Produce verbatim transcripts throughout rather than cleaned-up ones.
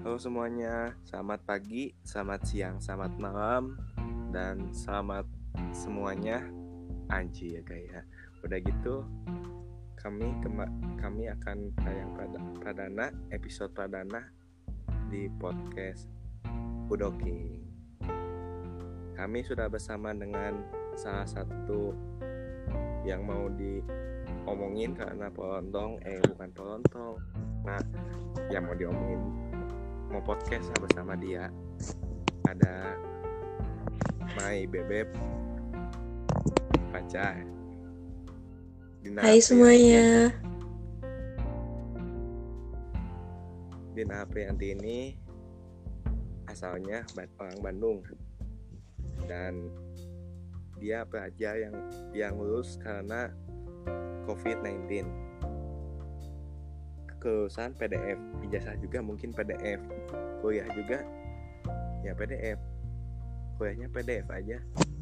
Halo semuanya, selamat pagi, selamat siang, selamat malam, dan selamat semuanya. Anji ya kayak. Udah gitu, kami kema- kami akan tayang pada perdana episode perdana di podcast Udoking. Kami sudah bersama dengan salah satu yang mau diomongin karena polontong, eh bukan polontong, nah yang mau diomongin mau podcast bersama dia. Ada Mai Bebeb Pacar. Dina Hai semuanya. Dina Aprianti ini asalnya orang Bandung dan dia pelajar yang yang lulus karena covid sembilan belas. Kelulusan P D F, ijazah juga mungkin P D F, kuliah juga ya P D F, kuliahnya P D F aja.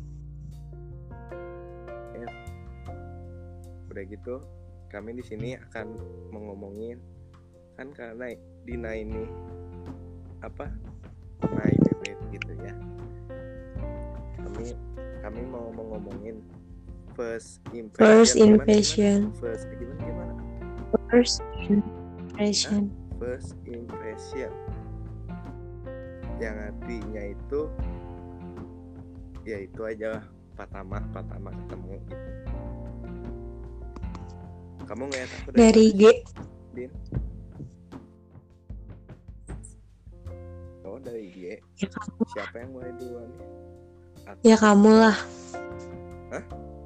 F. Udah gitu, kami di sini akan ngomongin kan karena Dina ini apa naik bebek gitu ya. Kami kami mau ngomongin first impression. First impression. Gimana, gimana? First gimana gimana? First impression. Hah? First impression. Yang artinya itu ya itu aja lah, pertama pertama ketemu gitu. Kamu ngeliat aku dari, dari G. Din? Oh dari G. Ya, kamu. Siapa yang mulai duluan? Atau ya kamu lah. Hah?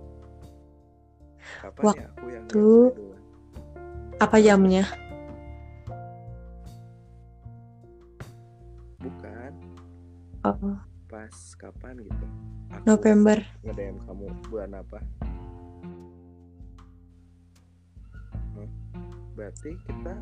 Kapan Waktu ya aku yang mulai duluan? Apa jamnya? Bukan. Oh. Pas kapan gitu? Aku November. nge-D M kamu bulan apa? Hmm? Berarti kita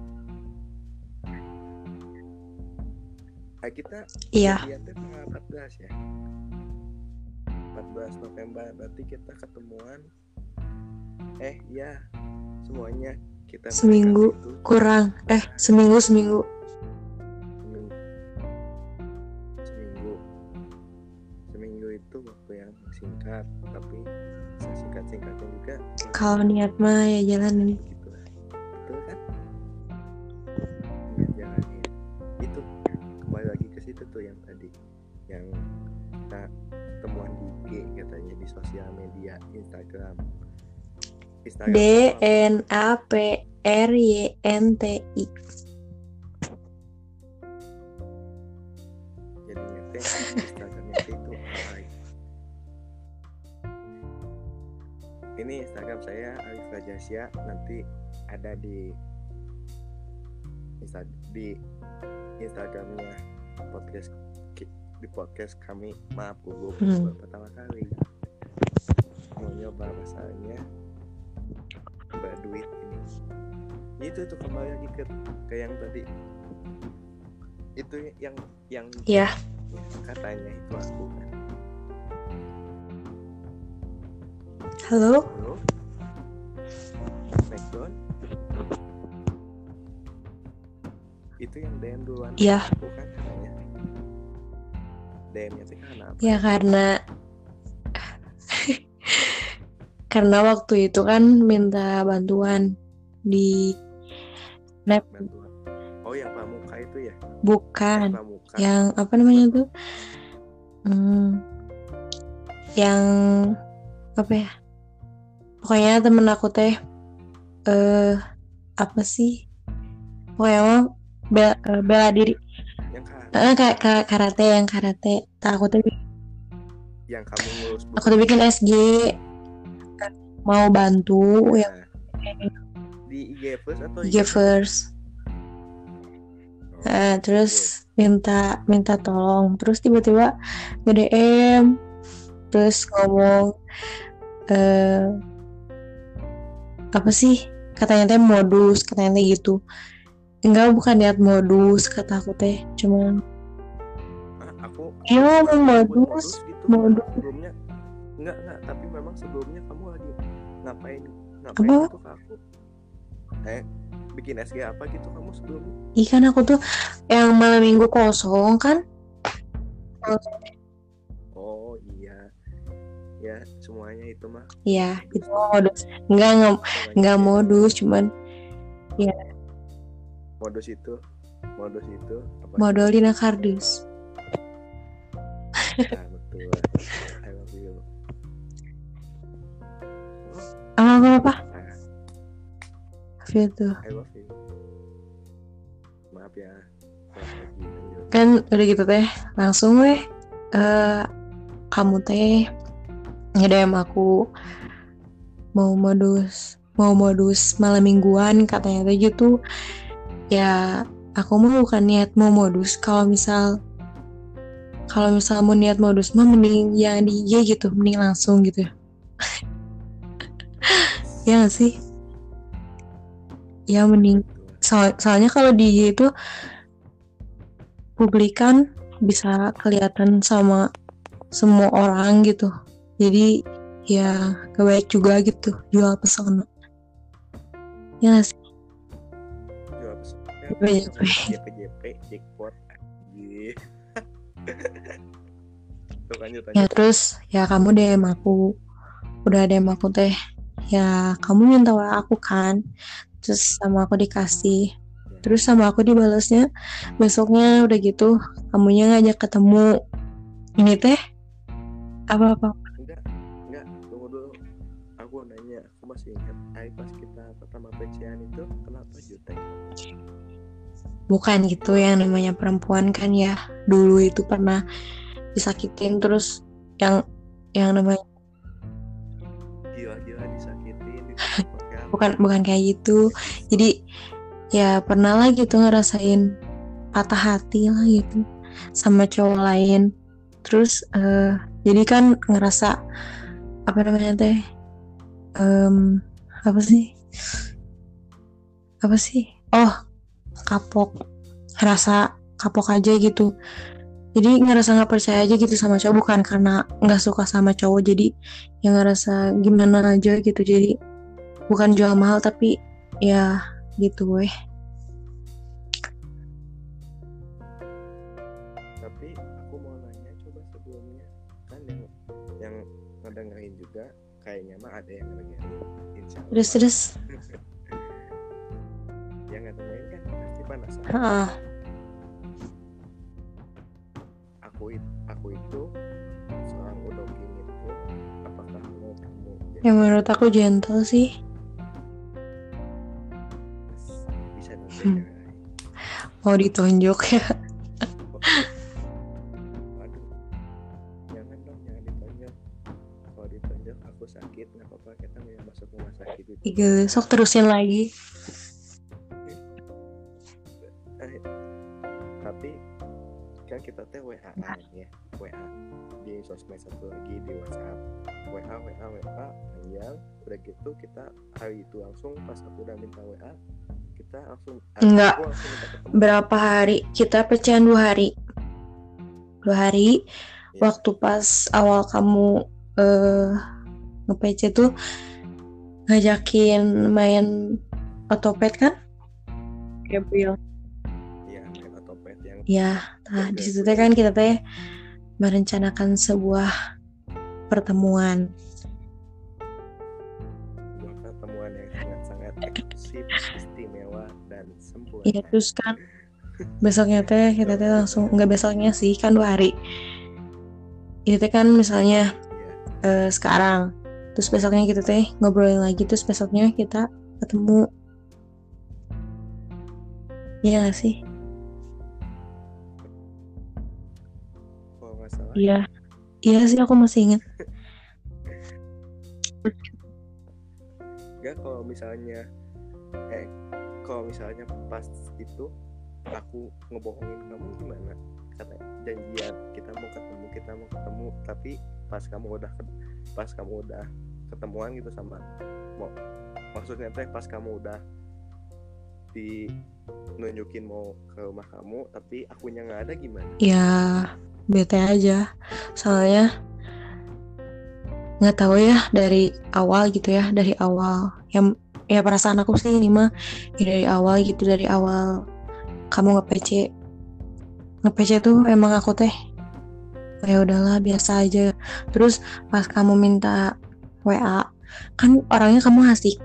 eh, kita Iya. jadian teh tanggal empat belas ya. empat belas November berarti kita ketemuan. Eh ya, semuanya kita Seminggu kurang. Eh, seminggu seminggu. Seminggu. Seminggu. Seminggu itu waktu yang singkat, tapi singkat-singkatnya juga. Kalau niat mah ya jalanin. Gitu. Betul kan? Niat jalanin. Itu kembali lagi ke situ tuh yang tadi, yang kita temuan di I G katanya di sosial media Instagram. Instagram D N A P R Y N T I. Jadinya teh Instagramnya itu alay. Ini Instagram saya Alif Rajasya, nanti ada di Insta, di Instagramnya podcast di podcast kami. Maaf gue Hmm. pertama kali mau nyoba masalahnya berduit ini. Itu tuh kembali lagi ke, ke yang tadi itu yang yang Ya. katanya itu aku kan. Halo. Halo. Background. Itu yang D M duluan. Iya. Aku kan katanya. D M-nya tuh karena apa? Ya karena karena waktu itu kan minta bantuan di lab. Bantuan. Oh yang pramuka itu ya? Bukan. Eh, pramuka. Yang apa namanya tuh? Hmm, yang apa ya? Pokoknya temen aku teh eh apa sih? Pokoknya mah bela, bela diri. Yang karate. Eh kayak ka, karate yang karate. Tak aku tuh Yang kamu ngurus buku. aku tuh bikin S G mau bantu Nah, ya. Di I G first atau I G first. Oh, Nah, terus minta minta tolong, terus tiba-tiba nge-D M, terus ngomong eh apa sih katanya teh modus, katanya teh gitu. Enggak, bukan niat modus kata aku teh, cuma ah, aku ya ngomong modus, modus, gitu. modus. Sebelumnya enggak enggak, tapi memang sebelumnya kamu lagi ngapain ngapain Apa? itu ke aku. Eh, bikin S G apa gitu kamu sebelumnya? Ikan aku tuh yang malam minggu kosong kan. Oh iya, ya semuanya itu mah. Iya, itu modus. Enggak, enggak, enggak modus, cuman ya Modus itu, modus itu apa? modalina kardus. Nah, betul. I love you. Apa apa apa? Nah, Gitu. I love you. Maaf ya. Kan udah gitu teh, langsung weh uh, kamu teh nge-D M aku mau modus mau modus malam mingguan katanya teh gitu. Ya aku mah bukan niat mau modus. Kalau misal kalau misal mau niat modus mah mending yang di I G gitu, mending langsung gitu. Ya nggak sih? Ya mending. Soal, soalnya kalau di I G itu publikan bisa kelihatan sama semua orang gitu. Jadi ya gak baik juga gitu jual pesona. Ya nggak sih? Jual pesona. J P J P jackpot. Ya terus ya kamu D M aku, udah D M aku teh, ya kamu minta W A aku kan, terus sama aku dikasih, terus sama aku dibalasnya besoknya udah gitu kamunya ngajak ketemu. Ini teh apa apa? Enggak, enggak, tunggu dulu. Aku nanya, aku masih ingat, ay pas kita pertama P C-an itu kenapa jutek? Bukan gitu, yang namanya perempuan kan ya dulu itu pernah disakitin, terus yang yang namanya gila-gila disakitin bukan bukan kayak gitu. Jadi ya pernah lah gitu ngerasain patah hati lah gitu sama cowok lain. Terus uh, jadi kan ngerasa apa namanya teh um, apa sih apa sih oh kapok, ngerasa kapok aja gitu. Jadi ngerasa nggak percaya aja gitu sama cowok, bukan karena nggak suka sama cowok, jadi yang ngerasa gimana aja gitu. Jadi bukan jual mahal tapi ya gitu weh. Tapi aku mau nanya coba sebelumnya, kan yang yang ngedengerin juga kayaknya mah ada yang ngedengerin, insya Allah. Terus terus yang ngedengerin kan pasti penasaran. ah aku aku itu seorang udoking itu apakah mau kamu yang menurut aku gentle sih. bisa nanti hmm. Mau ditonjok ya? Waduh, jangan dong, jangan ditonjok. Kalau ditonjok aku sakit, nggak apa-apa, kita nggak masuk rumah sakit itu. Tiga, sok terusin lagi. eh, tapi kan kita teh W A-an ya, W A di sosmed, satu lagi di WhatsApp, W A W A W A panjang. Udah gitu kita hari itu langsung pas aku udah minta W A, kita langsung enggak langsung berapa hari kita pecahan, dua hari dua hari ya. Waktu pas awal kamu uh, nge-P C tuh ngajakin main otopet kan, Gabriel. Ya, nah di situ teh kan kita teh merencanakan sebuah pertemuan. Sebuah pertemuan yang sangat-sangat eksklusif, istimewa dan sempurna. Iya, terus kan besoknya teh kita teh langsung, enggak besoknya sih, kan dua hari. Ini teh kan misalnya yeah. uh, sekarang, terus besoknya kita teh ngobrolin lagi, terus besoknya kita ketemu. Iya gak sih? Iya, iya sih aku masih ingat. Gak kalau misalnya, eh kalau misalnya pas itu aku ngebohongin kamu gimana? Kata janjian kita mau ketemu, kita mau ketemu, tapi pas kamu udah pas kamu udah ketemuan gitu sama, mau maksudnya teh pas kamu udah di nunjukin mau ke rumah kamu, tapi akunya nggak ada gimana? Ya bete aja, soalnya nggak tahu ya dari awal gitu ya, dari awal yang ya perasaan aku sih ini mah ya dari awal gitu, dari awal kamu nge-P C nge-P C tuh emang aku teh ya udahlah biasa aja. Terus pas kamu minta W A, kan orangnya kamu asik.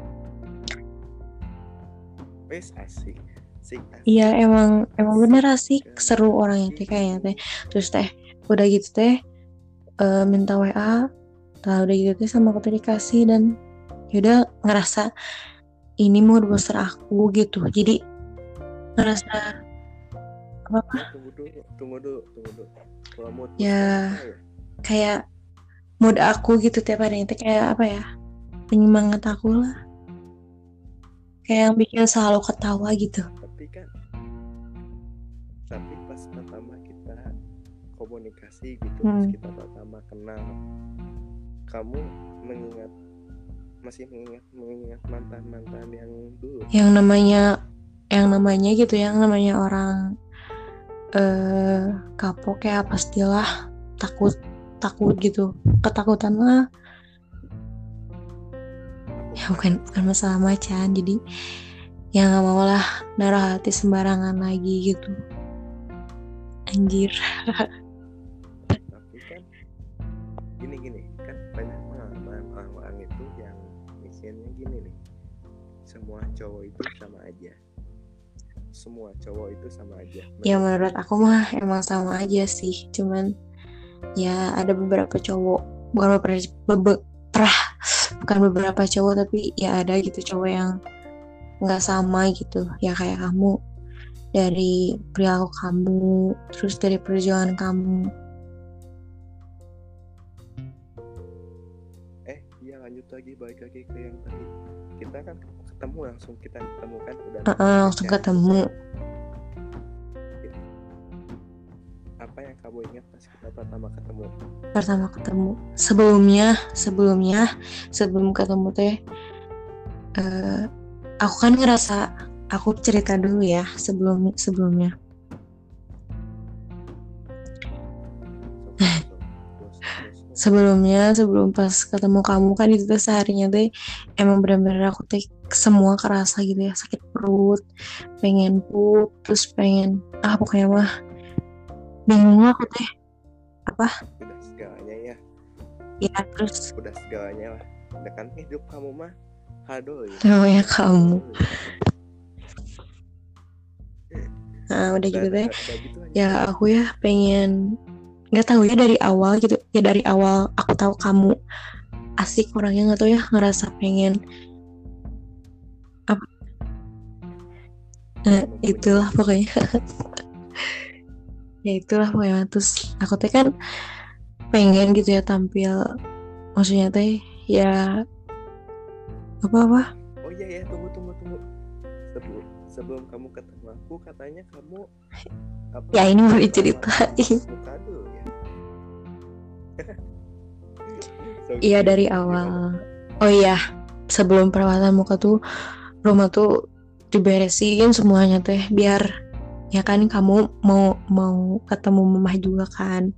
Wes asik. Asik, asik. Iya emang emang bener asik, seru orangnya teh kayaknya teh. Terus teh udah gitu teh uh, minta W A, nah udah gitu teh sama aku teh dikasih dan yaudah ngerasa ini mood booster aku gitu. Jadi ngerasa apa apa? Tunggu dulu, tunggu dulu, tunggu dulu. Kalau mood Ya, booster ya? kayak mood aku gitu tiap hari itu kayak apa ya? Penyemangat aku lah. Kayak yang bikin selalu ketawa gitu. Tapi kan, tapi pas pertama kita komunikasi gitu, hmm. Pas kita pertama kenal, kamu mengingat masih mengingat mengingat mantan mantan yang dulu. Yang namanya, yang namanya gitu, yang namanya orang eh kapok ya pastilah takut takut gitu, ketakutan lah. Ya bukan bukan masalah macan, jadi ya nggak mau lah naruh hati sembarangan lagi gitu, anjir. Tapi kan gini gini kan banyak pengalaman orang-orang itu yang mikirnya gini nih, semua cowok itu sama aja, semua cowok itu sama aja. Menurut ya menurut aku mah emang sama aja sih, cuman ya ada beberapa cowok, bukan beberapa bebe, perah, bukan beberapa cowok tapi ya ada gitu cowok yang nggak sama gitu ya, kayak kamu, dari perilaku kamu, terus dari perjuangan kamu. Eh iya lanjut lagi, balik lagi ke yang tadi, kita kan ketemu langsung kita ketemu kan udah uh-uh, langsung ketemu. Apa yang kamu ingat pas kita pertama ketemu? Pertama ketemu sebelumnya sebelumnya sebelum ketemu teh uh, aku kan ngerasa, aku cerita dulu ya sebelum sebelumnya sebelumnya sebelum pas ketemu kamu kan itu tuh seharinya teh emang benar-benar aku teh semua kerasa gitu ya, sakit perut, pengen pup, terus pengen ah pokoknya mah bingung aku teh apa udah segalanya ya ya terus udah segalanya lah, udah kan hidup kamu mah hado ya namanya kamu. Nah udah gitu deh gitu ya, aku ya pengen, nggak tahu ya dari awal gitu ya, dari awal aku tahu kamu asik orangnya, nggak tahu ya ngerasa pengen apa nah, itulah pokoknya. Ya itulah pokoknya. Terus aku teh kan pengen gitu ya tampil, maksudnya teh ya apa apa oh iya ya tunggu tunggu tunggu sebelum sebelum kamu ketemu aku katanya kamu apa, ya ini mau diceritain muka dulu ya. So, iya dari awal gimana? Oh iya sebelum perawatan muka tuh rumah tuh diberesin semuanya teh, biar ya kan kamu mau mau ketemu mamah juga kan.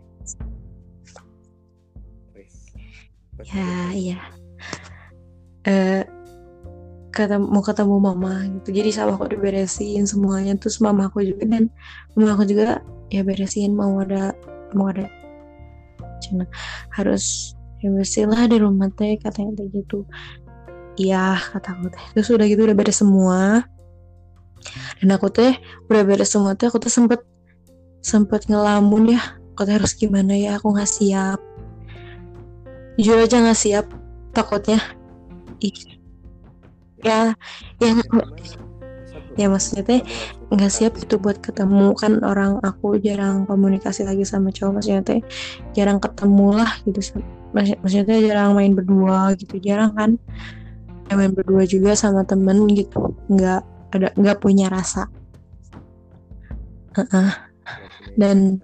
Ya iya eh ketemu mau ketemu mama gitu, jadi sama aku diberesin semuanya, terus mama aku juga dan mama aku juga ya beresin, mau ada mau ada cina harus ya bersih lah di rumah teh katanya kayak gitu. Iya kata aku teh. Terus udah gitu udah beres semua dan aku teh udah beres semua teh aku tuh sempet sempet ngelamun ya, aku teh harus gimana ya, aku nggak siap, jujur aja nggak siap, takutnya ih ya ya ya maksudnya teh nggak siap itu buat ketemu, kan orang aku jarang komunikasi lagi sama cowok, maksudnya teh jarang ketemu lah gitu, maksudnya teh jarang main berdua gitu, jarang kan ya main berdua juga sama temen gitu, nggak ada nggak punya rasa uh-uh. Dan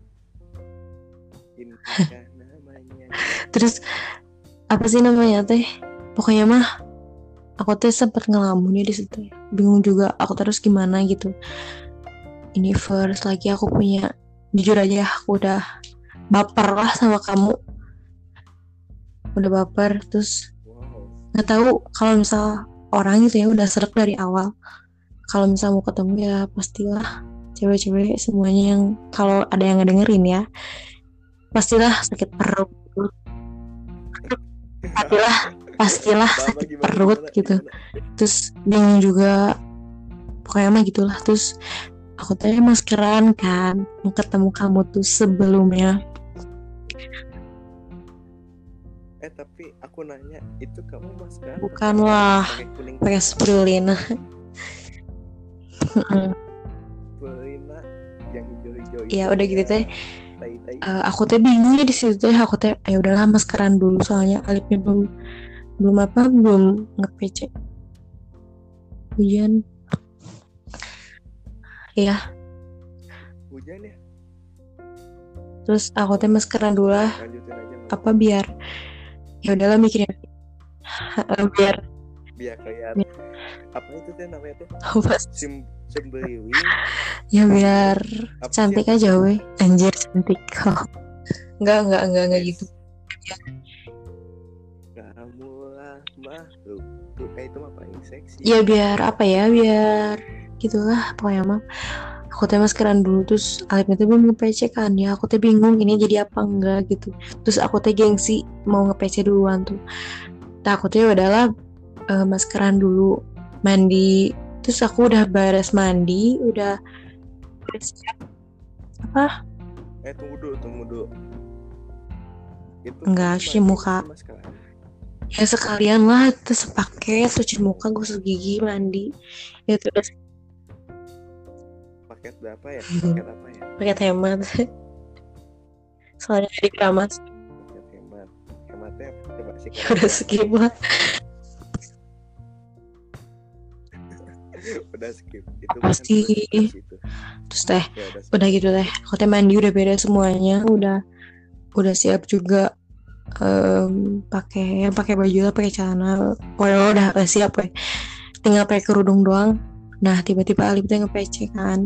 terus apa sih namanya teh, pokoknya mah aku tuh sempet ngelamun ya di situ, bingung juga aku terus gimana gitu. Ini first lagi aku punya, jujur aja aku udah baper lah sama kamu, udah baper, terus nggak tahu kalau misal orang gitu ya udah srek dari awal, kalau misal mau ketemu ya pastilah cewek-cewek semuanya yang kalau ada yang ngedengerin ya pastilah sakit perut, pastilah pastilah Apa-apa, sakit gimana perut gimana gitu. gimana? Terus bingung juga, pokoknya mah gitulah. Terus aku tanya maskeran kan mau ketemu kamu tuh sebelumnya. Eh tapi aku nanya, itu kamu maskeran pakai Bukan apa? lah, Pakai kuning pakai spirulina. spirulina yang hijau-hijau itu. Ya udah gitu teh. Tai-tai. Uh, aku teh bingung ya di situ teh. Aku teh ya udahlah maskeran dulu soalnya alipnya belum belum apa belum nge-P C. Hujan. Ya. Hujan ya? Terus aku teh maskeran dulu lah. Lanjutin aja. Apa biar ya udahlah mikirnya biar biar kelihatan apa itu teh namanya teh apa sim sembeliwi ya biar apa cantik sih? aja weh anjir cantik kok. Enggak enggak enggak enggak gitu. Kamu lah makhluk tuh kayak itu mah paling seksi. Ya biar apa ya biar gitulah pokoknya mah. Aku teh maskeran dulu terus Alipnya tuh belum nge-P C kan ya aku teh bingung ini jadi apa enggak gitu. Terus aku teh gengsi mau nge-P C duluan tuh. Nah aku tuh ya udahlah uh, maskeran dulu mandi. Terus aku udah beres mandi udah siap apa? Eh tunggu dulu tunggu dulu. Itu enggak cuci muka. Ya sekalian lah terus pakai cuci muka gosok gigi mandi. Ya terus paket berapa ya? Paket apa ya? Paket hemat. Soalnya di keramas. Paket hemat. Hematnya coba sih. Ya udah skip lah. Udah skip. Itu pasti. Terus teh, ya, udah, udah gitu teh. Aku teh mandi udah beres semuanya, udah udah siap juga. Um, pakai pakai baju lah, pakai celana. Pokoknya udah, udah siap kayak. Tinggal pakai kerudung doang. Nah tiba-tiba Alip tuh nge-P C kan.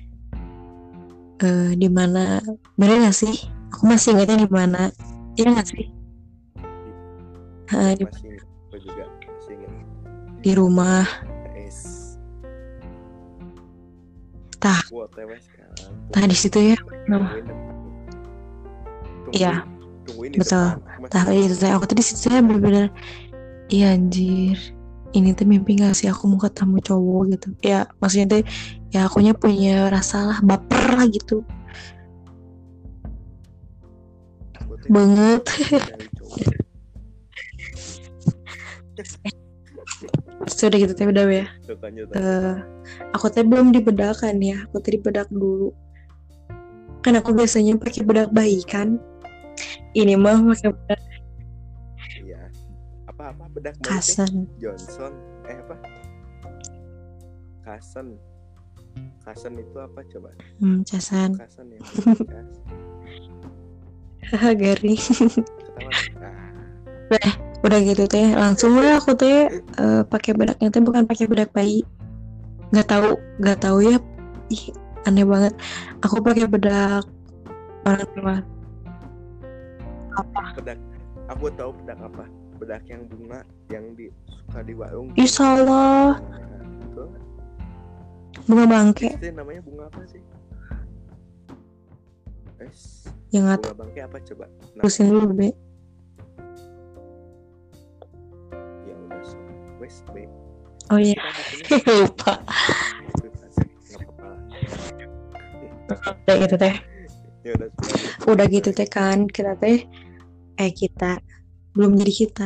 Uh, di mana? Bener nggak sih? Aku masih ingatnya di mana? Iya nggak sih? Uh, di masih, aku juga masih ingat. Di rumah. Tah. Tah di situ ya. Iya. Betul. Tah itu saya aku tadi situ ya bener-bener. Iya anjir. Ini tuh mimpi gak sih aku mau ketemu cowok gitu. Ya maksudnya tuh ya akunya punya rasa lah baper lah gitu banget. Sudah gitu teh udah ya. Uh, aku teh belum dibedakan ya. Aku tadi bedak dulu. Kan aku biasanya pakai bedak bayi kan. Ini mah pakai bedak. Iya. Apa apa bedak bayi? Kasen. Johnson. Eh apa? Kasen. Kasen itu apa coba? Hmm, casan. Kasen ya. Haha garing. Nah, udah gitu teh langsung lah aku teh uh, pakai bedaknya teh bukan pakai bedak bayi. Nggak tahu, nggak tahu ya. Ih, aneh banget. Aku pakai bedak orang tua. Apa? Bedak. Aku tahu bedak apa? Bedak yang bunga yang di suka di warung. Ih salah. Bunga bangke. Itu namanya bunga apa sih? Es. Yang bunga bangke apa coba? Nah, terusin dulu be. Ya udah so. Wes be. Oh iya. Lupa. Udah gitu teh. Ya udah. Udah gitu teh kan kita teh eh kita belum jadi kita.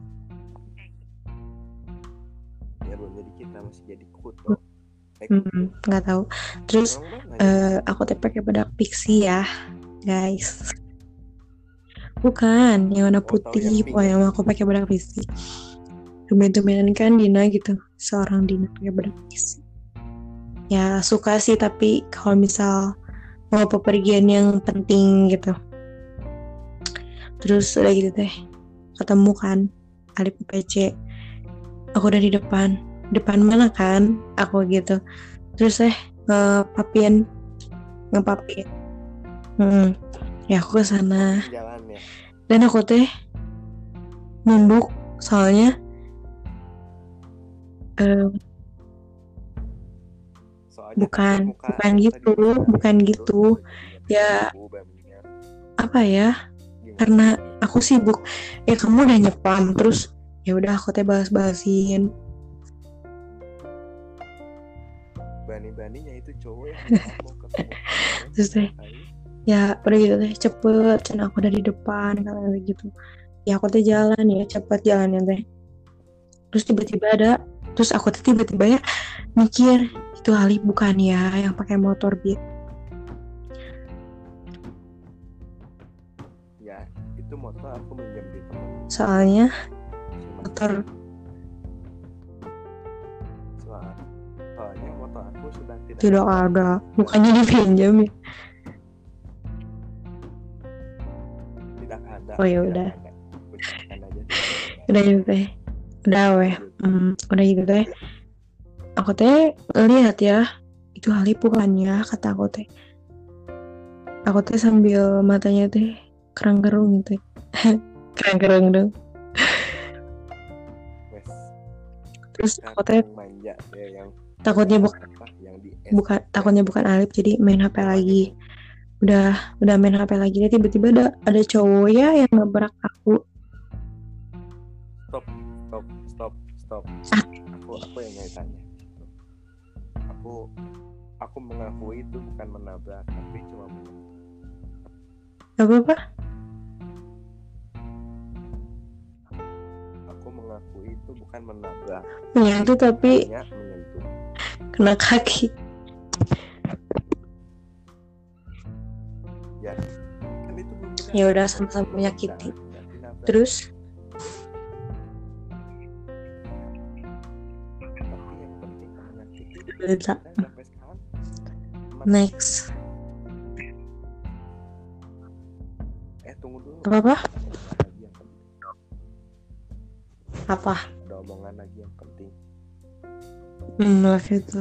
Ya belum jadi kita masih jadi kuto. Hmm, nggak tahu. Terus uh, aku teh pakai bedak pixie ya, guys. Bukan yang warna putih, pokoknya oh, aku pakai bedak pixie. Tumben-tumbenan kan Dina gitu, seorang Dina pakai bedak pixie. Ya suka sih, tapi kalau misal mau pepergian yang penting gitu. Terus udah gitu teh, ketemu kan Alip P C. Aku udah di depan. Depan mana kan aku gitu terus eh ngepapin ngepapin hmm. Ya aku kesana dan aku teh nunduk soalnya Eh, Soalnya kan bukan, permukaan bukan yang tadi gitu, besar bukan terus gitu. gue jadinya Ya mengganggu baminya. apa ya? Gimana Karena gimana? aku sibuk. Ya kamu udah nyepam terus ya udah aku teh balas-balasin. Bani-baninya itu cowok yang bilang mau ketemu kamu Terus teh kali. ya udah gitu teh cepet, cina aku dari depan kayak gitu. Ya aku teh jalan ya cepet jalannya teh. Terus tiba-tiba ada, terus aku tuh tiba-tiba ya mikir itu Ali bukan ya yang pakai motor beat. Ya itu motor aku minjem di teman. Soalnya Si Mas. motor Soal- Soalnya motor aku sudah tidak tidak ada, bukannya dipinjam ya. tidak ada. Oh ya tidak udah, ada. Ucapkan aja tidak ada. udah gitu teh, udah weh, hmm, udah gitu teh. Aku teh lihat ya itu Ali bukannya kata aku teh. Aku teh sambil matanya teh kerang-kerung gitu. Kerang-kerung dong. Wes, Terus kita aku teh yang manja ya yang takutnya bukan apa yang di bukan takutnya bukan Alip jadi main H P Namanya lagi. tuh Udah udah main H P lagi dia tiba-tiba ada ada cowok ya yang nabrak aku. stop stop stop stop. Ah. Aku aku yang nyatanya. Aku aku mengakui itu bukan menabrak tapi cuma menyentuh. Gak apa-apa. Aku mengakui itu bukan menabrak. Menyentuh tapi Hanya menyentuh. kena kaki. Ya, kan itu belum benar. Ya udah sama-sama menyakiti. Nah, nabrak. Terus Tapi yang penting menyakiti. Udah. Kita sampai sekarang. Next. Eh tunggu dulu. Apa-apa? Ada omongan lagi yang penting. Apa? Ada omongan lagi yang penting. Hmm, love itu.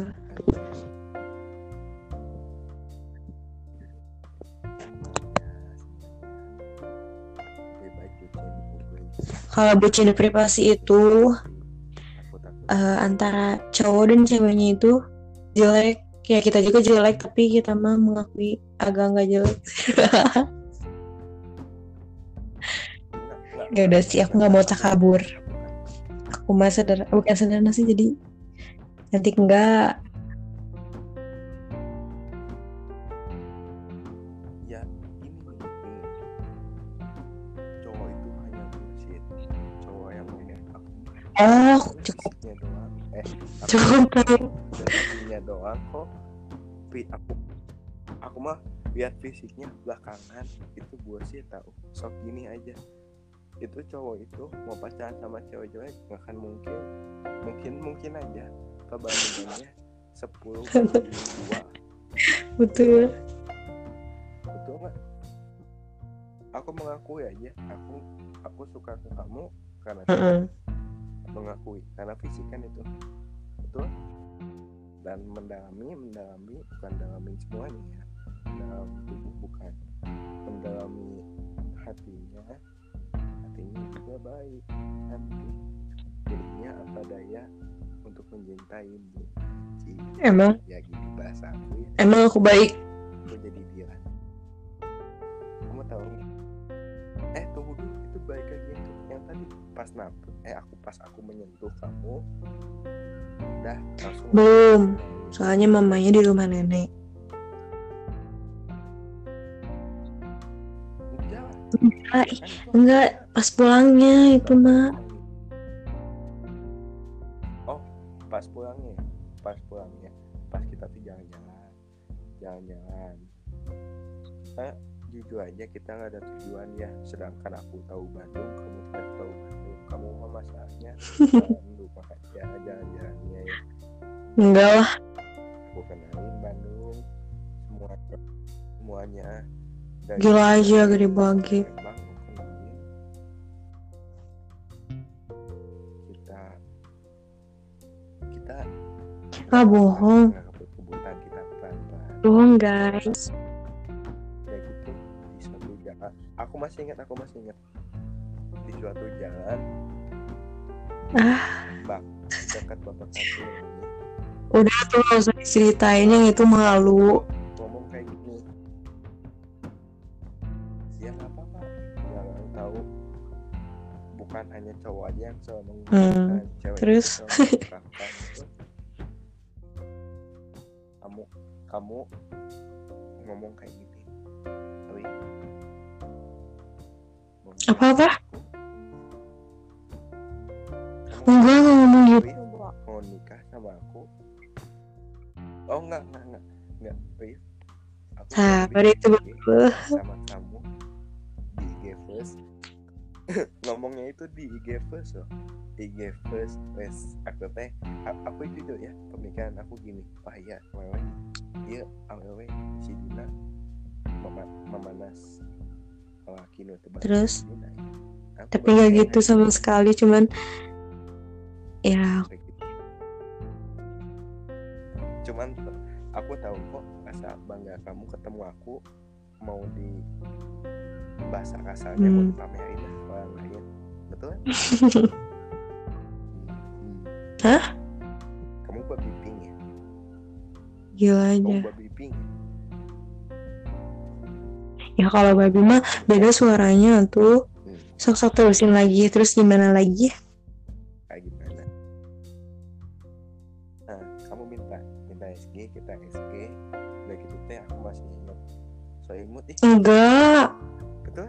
Lebih baik bucin publik. Kalau bucin privasi itu Aku takut. uh, antara cowok dan ceweknya itu jelek. Ya kita juga jelek tapi kita mah mengakui agak nggak jelek. Enggak, enggak, Ya udah sih, aku nggak mau takabur. Bukan. Aku mah sederhana, bukan sederhana sih jadi cantik enggak. Ya ini nih, ini. Cowok itu hanya bullshit. Cowok yang punya aku Oh, cukup fisiknya doang. Eh, cukup tahu. fisiknya doang kok. Fi- Aku aku mah lihat fisiknya belakangan itu bullshit tahu. Sok gini aja. Itu cowok itu mau pacaran sama cewek jelek nggak akan mungkin. Mungkin mungkin aja perbandingannya sepuluh banding dua. Betul. Betul nggak? Aku mengakui aja aku aku suka ke kamu karena Uh-uh. mengakui karena fisik kan itu betul, dan mendalami mendalami bukan dalamin semuanya ya, dalam tubuh bukan mendalami hatinya hatinya juga baik cantik jadinya apa daya untuk mencintaimu. Cik. Emang Ya gini bahasa aku ya. emang aku baik. Aku jadi dia. Kamu tahu? Eh tunggu dulu, itu baik lagi yang, yang tadi pas nap. Eh aku pas aku menyentuh kamu, udah langsung. Belum. Soalnya mamanya di rumah nenek. Enggak. Enggak, enggak pas pulangnya itu mah. Oh pas pulangnya, pas pulangnya, pas kita tuh jalan-jalan, jalan-jalan. Eh, jujur aja kita nggak ada tujuan ya, sedangkan aku tahu Bandung, kamu tidak tahu Bandung, kamu mah masalahnya Bandung makanya jalan-jalannya ya. Enggak lah. Aku kenalin Bandung, semua semuanya. Dari Gila aja gede banget. Lembang, aku kenalin. Kita kita Ah bohong. nggak kebut-kebutan, kita pelan-pelan. Bohong guys. Kayak gitu di suatu jalan. Aku masih ingat, aku masih ingat di suatu jalan. Ah. Bang, dan dekat bapak kamu ini. Udah tuh gak usah diceritain yang itu malu. Ngomong kayak gini. Ya nggak apa-apa. Jangan tahu. Bukan hanya cowok aja yang selalu mengungkapkan, Hmm, cewek terus? itu selalu mengungkapkan itu. Kamu, kamu ngomong kayak gini. Tapi Apa-apa? kamu Enggak, nggak ngomong gitu. Wih, mau nikah sama aku? Oh enggak, enggak, enggak, enggak. Wih, aku Sabar mau itu bikin betul. sama kamu di I G first. Ngomongnya itu di I G first loh. I G first, wes aku teh, aku jujur ya, pernikahan aku gini. Wah iya, wewe, iya, wewe, si Dina, mama, mamanas, laki nu tebak. Terus? Dina, aku Tapi nggak baru gitu kayak sama sekali, cuman ya kayak gitu. Cuman aku tahu kok rasa bangga kamu ketemu aku mau di bahasa kasarnya mau hmm. dipamerin lah ke orang lain, betul kan? Hmm. Hah? Kamu babi pink ya? Gila Kamu aja. babi pink ya? Ya kalau babi mah beda suaranya tuh. Hmm. Sok-sok terusin lagi. Terus gimana lagi? Kayak gimana? Nah, kamu minta minta S G, kita S G. Udah gitu teh aku masih ingat. So imut ih. Enggak. Betul?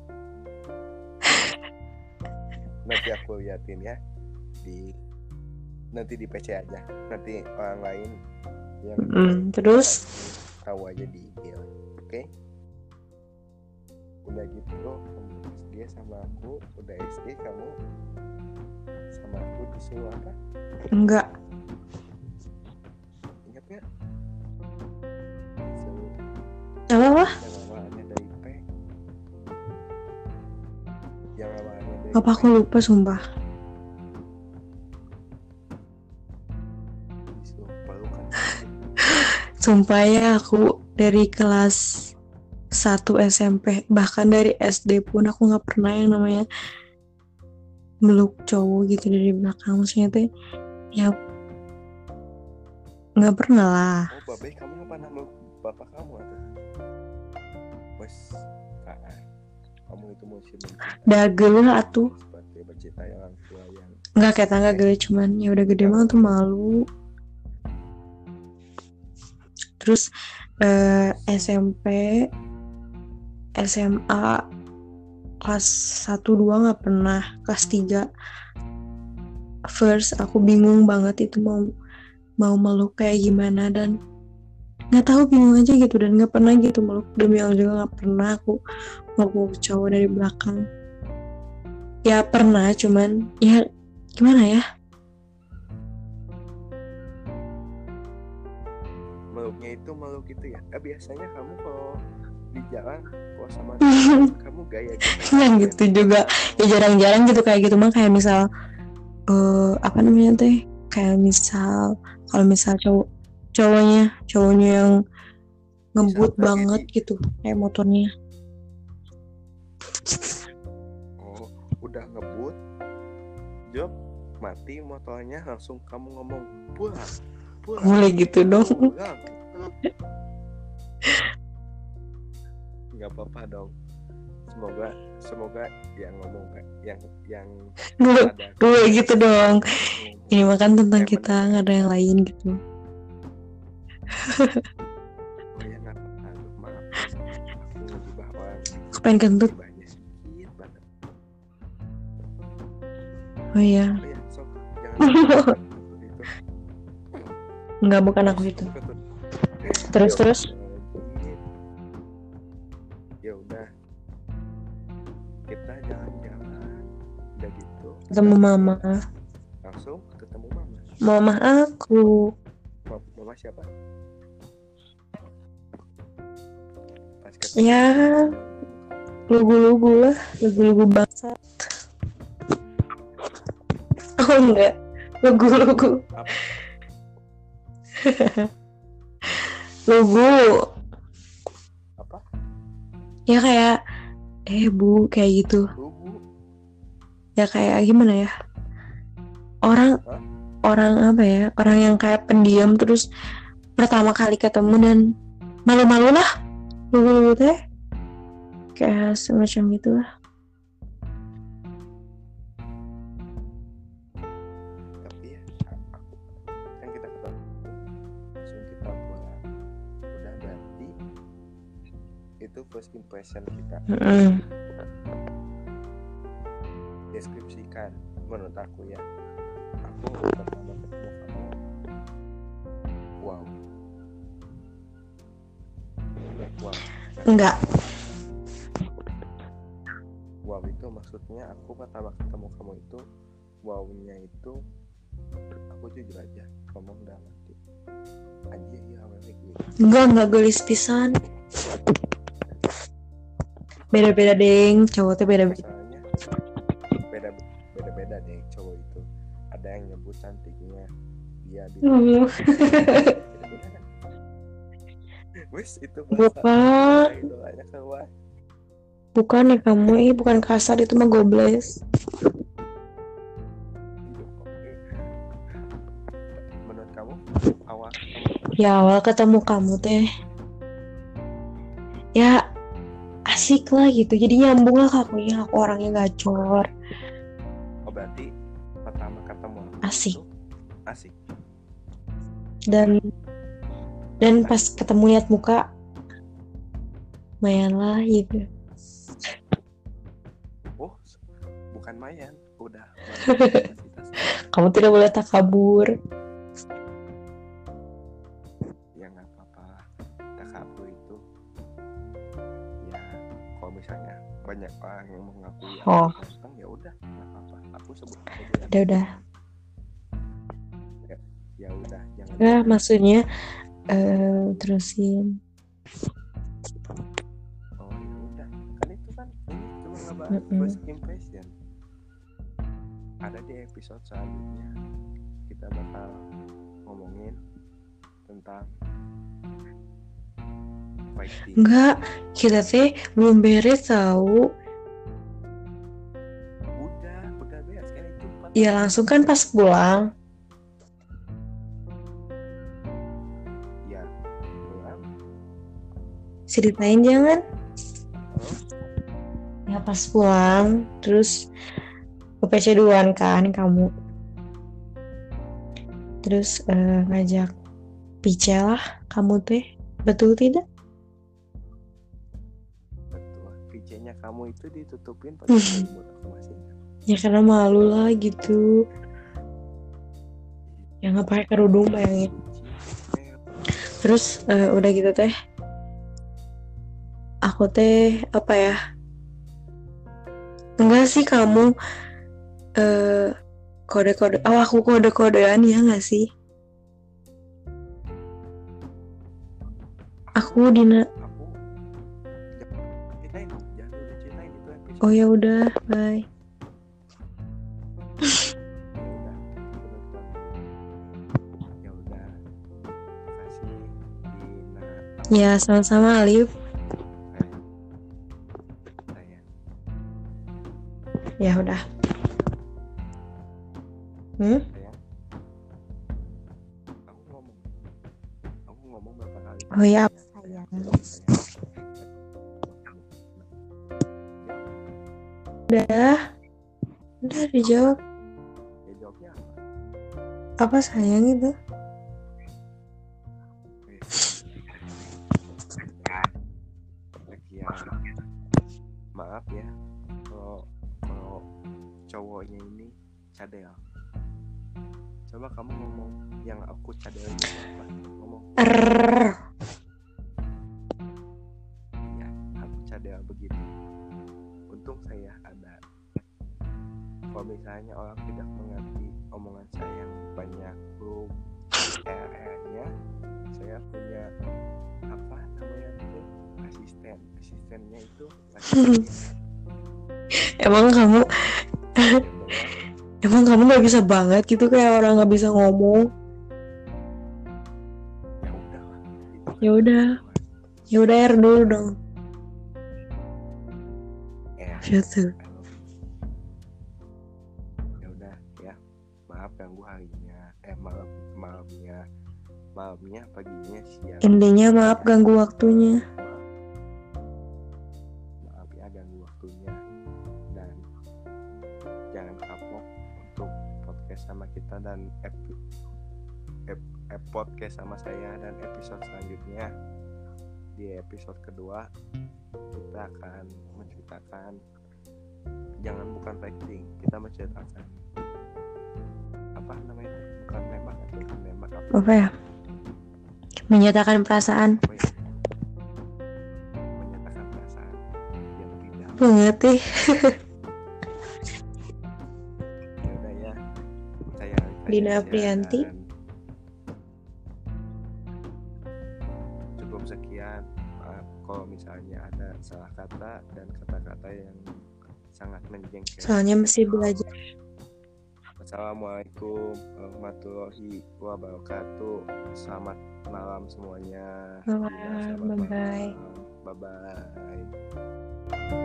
Nanti aku liatin ya di nanti di P C aja. Nanti orang lain yang Hmm, terus? tahu aja di I G, oke? Okay? Udah gitu kamu S G sama aku, udah S G kamu sama aku disuruh apa? Enggak. Ingat nggak? Disuruh Apa-apa? yang awalannya dari P. Yang awalannya dari Apa aku lupa sumpah. disuruh pelukan. Sumpah ya aku dari kelas satu S M P, bahkan dari S D pun aku gak pernah yang namanya meluk cowok gitu dari belakang. Maksudnya tuh ya gak pernah lah. Oh babe, kamu nggak pernah meluk bapak kamu atau? Wes, ah, kamu itu musim mencintai. Dagel lah atuh. Seperti mencintai orang tua yang Enggak kayak tangga gede, cuman ya udah gede banget tuh malu. Terus eh, S M P, S M A kelas satu dua nggak pernah. Kelas tiga first aku bingung banget itu mau mau meluk kayak gimana, dan nggak tahu, bingung aja gitu, dan nggak pernah gitu meluk. Demi Allah juga nggak pernah aku meluk cowok dari belakang. Ya pernah, cuman ya gimana ya, meluknya itu meluk itu ya. Eh, biasanya kamu kalau di jalan kalau sama teman kamu gaya gitu. yang gitu juga ya jarang-jarang gitu kayak gitu mah. Kayak misal uh, apa namanya teh, kayak misal kalau misal cowok cowoknya cowoknya yang ngebut Misal banget tragedi. gitu kayak motornya. Oh, udah ngebut, job mati motornya, langsung kamu ngomong pulang, pulang, Mulai gitu dong. pulang. Nggak apa-apa dong. Semoga semoga yang ngomong yang yang gue ada gue gitu dong. Ini makan tentang yang kita, mendengar. nggak ada yang lain gitu. Oh ya nggak apa-apa. Aduh, maaf. Aku ngejebak orang. Aku pengen kentut. Jebaknya sedikit banget. Oh iya. Oh ya, sok jangan itu. Nggak, bukan aku itu. Kentut. Terus Yo, terus. Ya udah. Kita jalan-jalan. Udah gitu. Ketemu mama. Langsung ketemu mama. Mama aku. Mama, mama siapa? Pas ketemu. Ya, lugu-lugu lah, lugu-lugu bangsat. Oh enggak, lugu-lugu. Apa? Lugu. Apa? Ya kayak, eh bu, kayak gitu. Lugu. Ya kayak gimana ya? Orang Hah? orang apa ya, orang yang kayak pendiam terus pertama kali ketemu dan malu-malu lah, malu-malu teh kayak semacam gitulah. Tapi ya aku kan kita ketemu langsung kita pulang, udah berarti itu first impression kita. Mm-mm. Deskripsikan menurut aku ya, aku pertama ketemu kamu, wow wow Enggak, wow itu maksudnya aku pertama ketemu kamu itu wownya itu aku jujur aja ngomong dalam hati aja ya awalnya gitu. enggak enggak gelis pisan. Beda-beda deng, cowok tuh beda-beda. Masalahnya beda beda beda deh cowok itu, ada yang nyebut cantiknya dia bilang wes itu bukan itu banyak kawan. bukan ya kamu, ih bukan kasar, itu mah gobles. Menurut kamu awal Ya awal ketemu kamu teh ya asik lah gitu, jadi nyambung lah aku, ya aku orangnya gacor. oh berarti pertama ketemu Asik. itu asik dan dan pas ketemu lihat muka lumayan lah gitu. oh bukan mayan udah Kamu tidak boleh takabur. Ya nggak apa-apa, takabur itu ya kalau misalnya banyak orang yang mengakui Oh. aku ganteng ya udah nggak apa-apa, aku sebut aja Udah udah ya, ya udah jangan ya maksudnya uh, terusin. oh ya udah kan itu kan ini cuma ngebahas Mm-mm. first impression. Ada di episode selanjutnya kita bakal ngomongin tentang fighting. Enggak, kita teh belum beres tahu. Udah, udah beres kan itu. Ya langsung kan pas pulang. Ya, pulang. Ceritain jangan. Oh, Ya pas pulang, terus ke P C duluan kan kamu. Terus uh, ngajak pice lah kamu teh. Betul tidak? betul. V C-nya kamu itu ditutupin pakai selimut aku masih ingat. Ya karena malu lah gitu. Ya nggak pakai kerudung bayangin. Terus uh, udah gitu teh. Aku teh apa ya? Enggak sih kamu uh, kode-kode. Oh aku kode-kodean ya nggak sih? Aku Dina. Aku ceritain, jangan udah ceritain itu episode. Oh ya udah, bye. Ya udah, makasih Dina. Ya sama-sama Alif. Saya. Ya udah. Hmm? Sayang. Aku ngomong. Aku ngomong berapa kali? Oh ya sayang. Udah. Udah dijawab. Ya jawabnya apa? Apa sayang itu? Sekian. Maaf ya kalau kalau cowoknya ini cadel. Coba kamu ngomong yang aku cadel itu apa? Ngomong. Errrr. Ya, aku cadel begitu. Untung saya ada. Kalau misalnya orang tidak mengerti omongan saya yang banyak huruf R R-nya, saya punya apa namanya itu asisten. Asistennya itu asisten. Emang kamu Emang kamu nggak bisa banget gitu kayak orang nggak bisa ngomong. Ya udah lah. Ya udah. Ya udah R dulu dong. R. Gitu. Ya udah ya. Maaf ganggu hari paginya, eh malam malamnya, malamnya, paginya, siang. Intinya maaf ganggu waktunya. Maaf ya ganggu waktunya, dan jangan kapok untuk podcast sama kita dan epi, ep, ep, podcast sama saya dan episode selanjutnya. Di episode kedua kita akan menceritakan, jangan bukan fighting, kita menceritakan apa namanya, bukan nembak atau bukan nembak apa, Apa ya? Menyatakan perasaan. apa ya? Menyatakan perasaan yang tidak. Mengerti. Ya udah ya, saya Dina Fajar Aprianti. dan cukup sekian. Maaf kalau misalnya ada salah kata dan kata-kata yang sangat menjengkelkan. Soalnya masih belajar. Assalamualaikum warahmatullahi wabarakatuh. Selamat malam semuanya. Malam, Dina, selamat bye-bye. malam. Bye bye.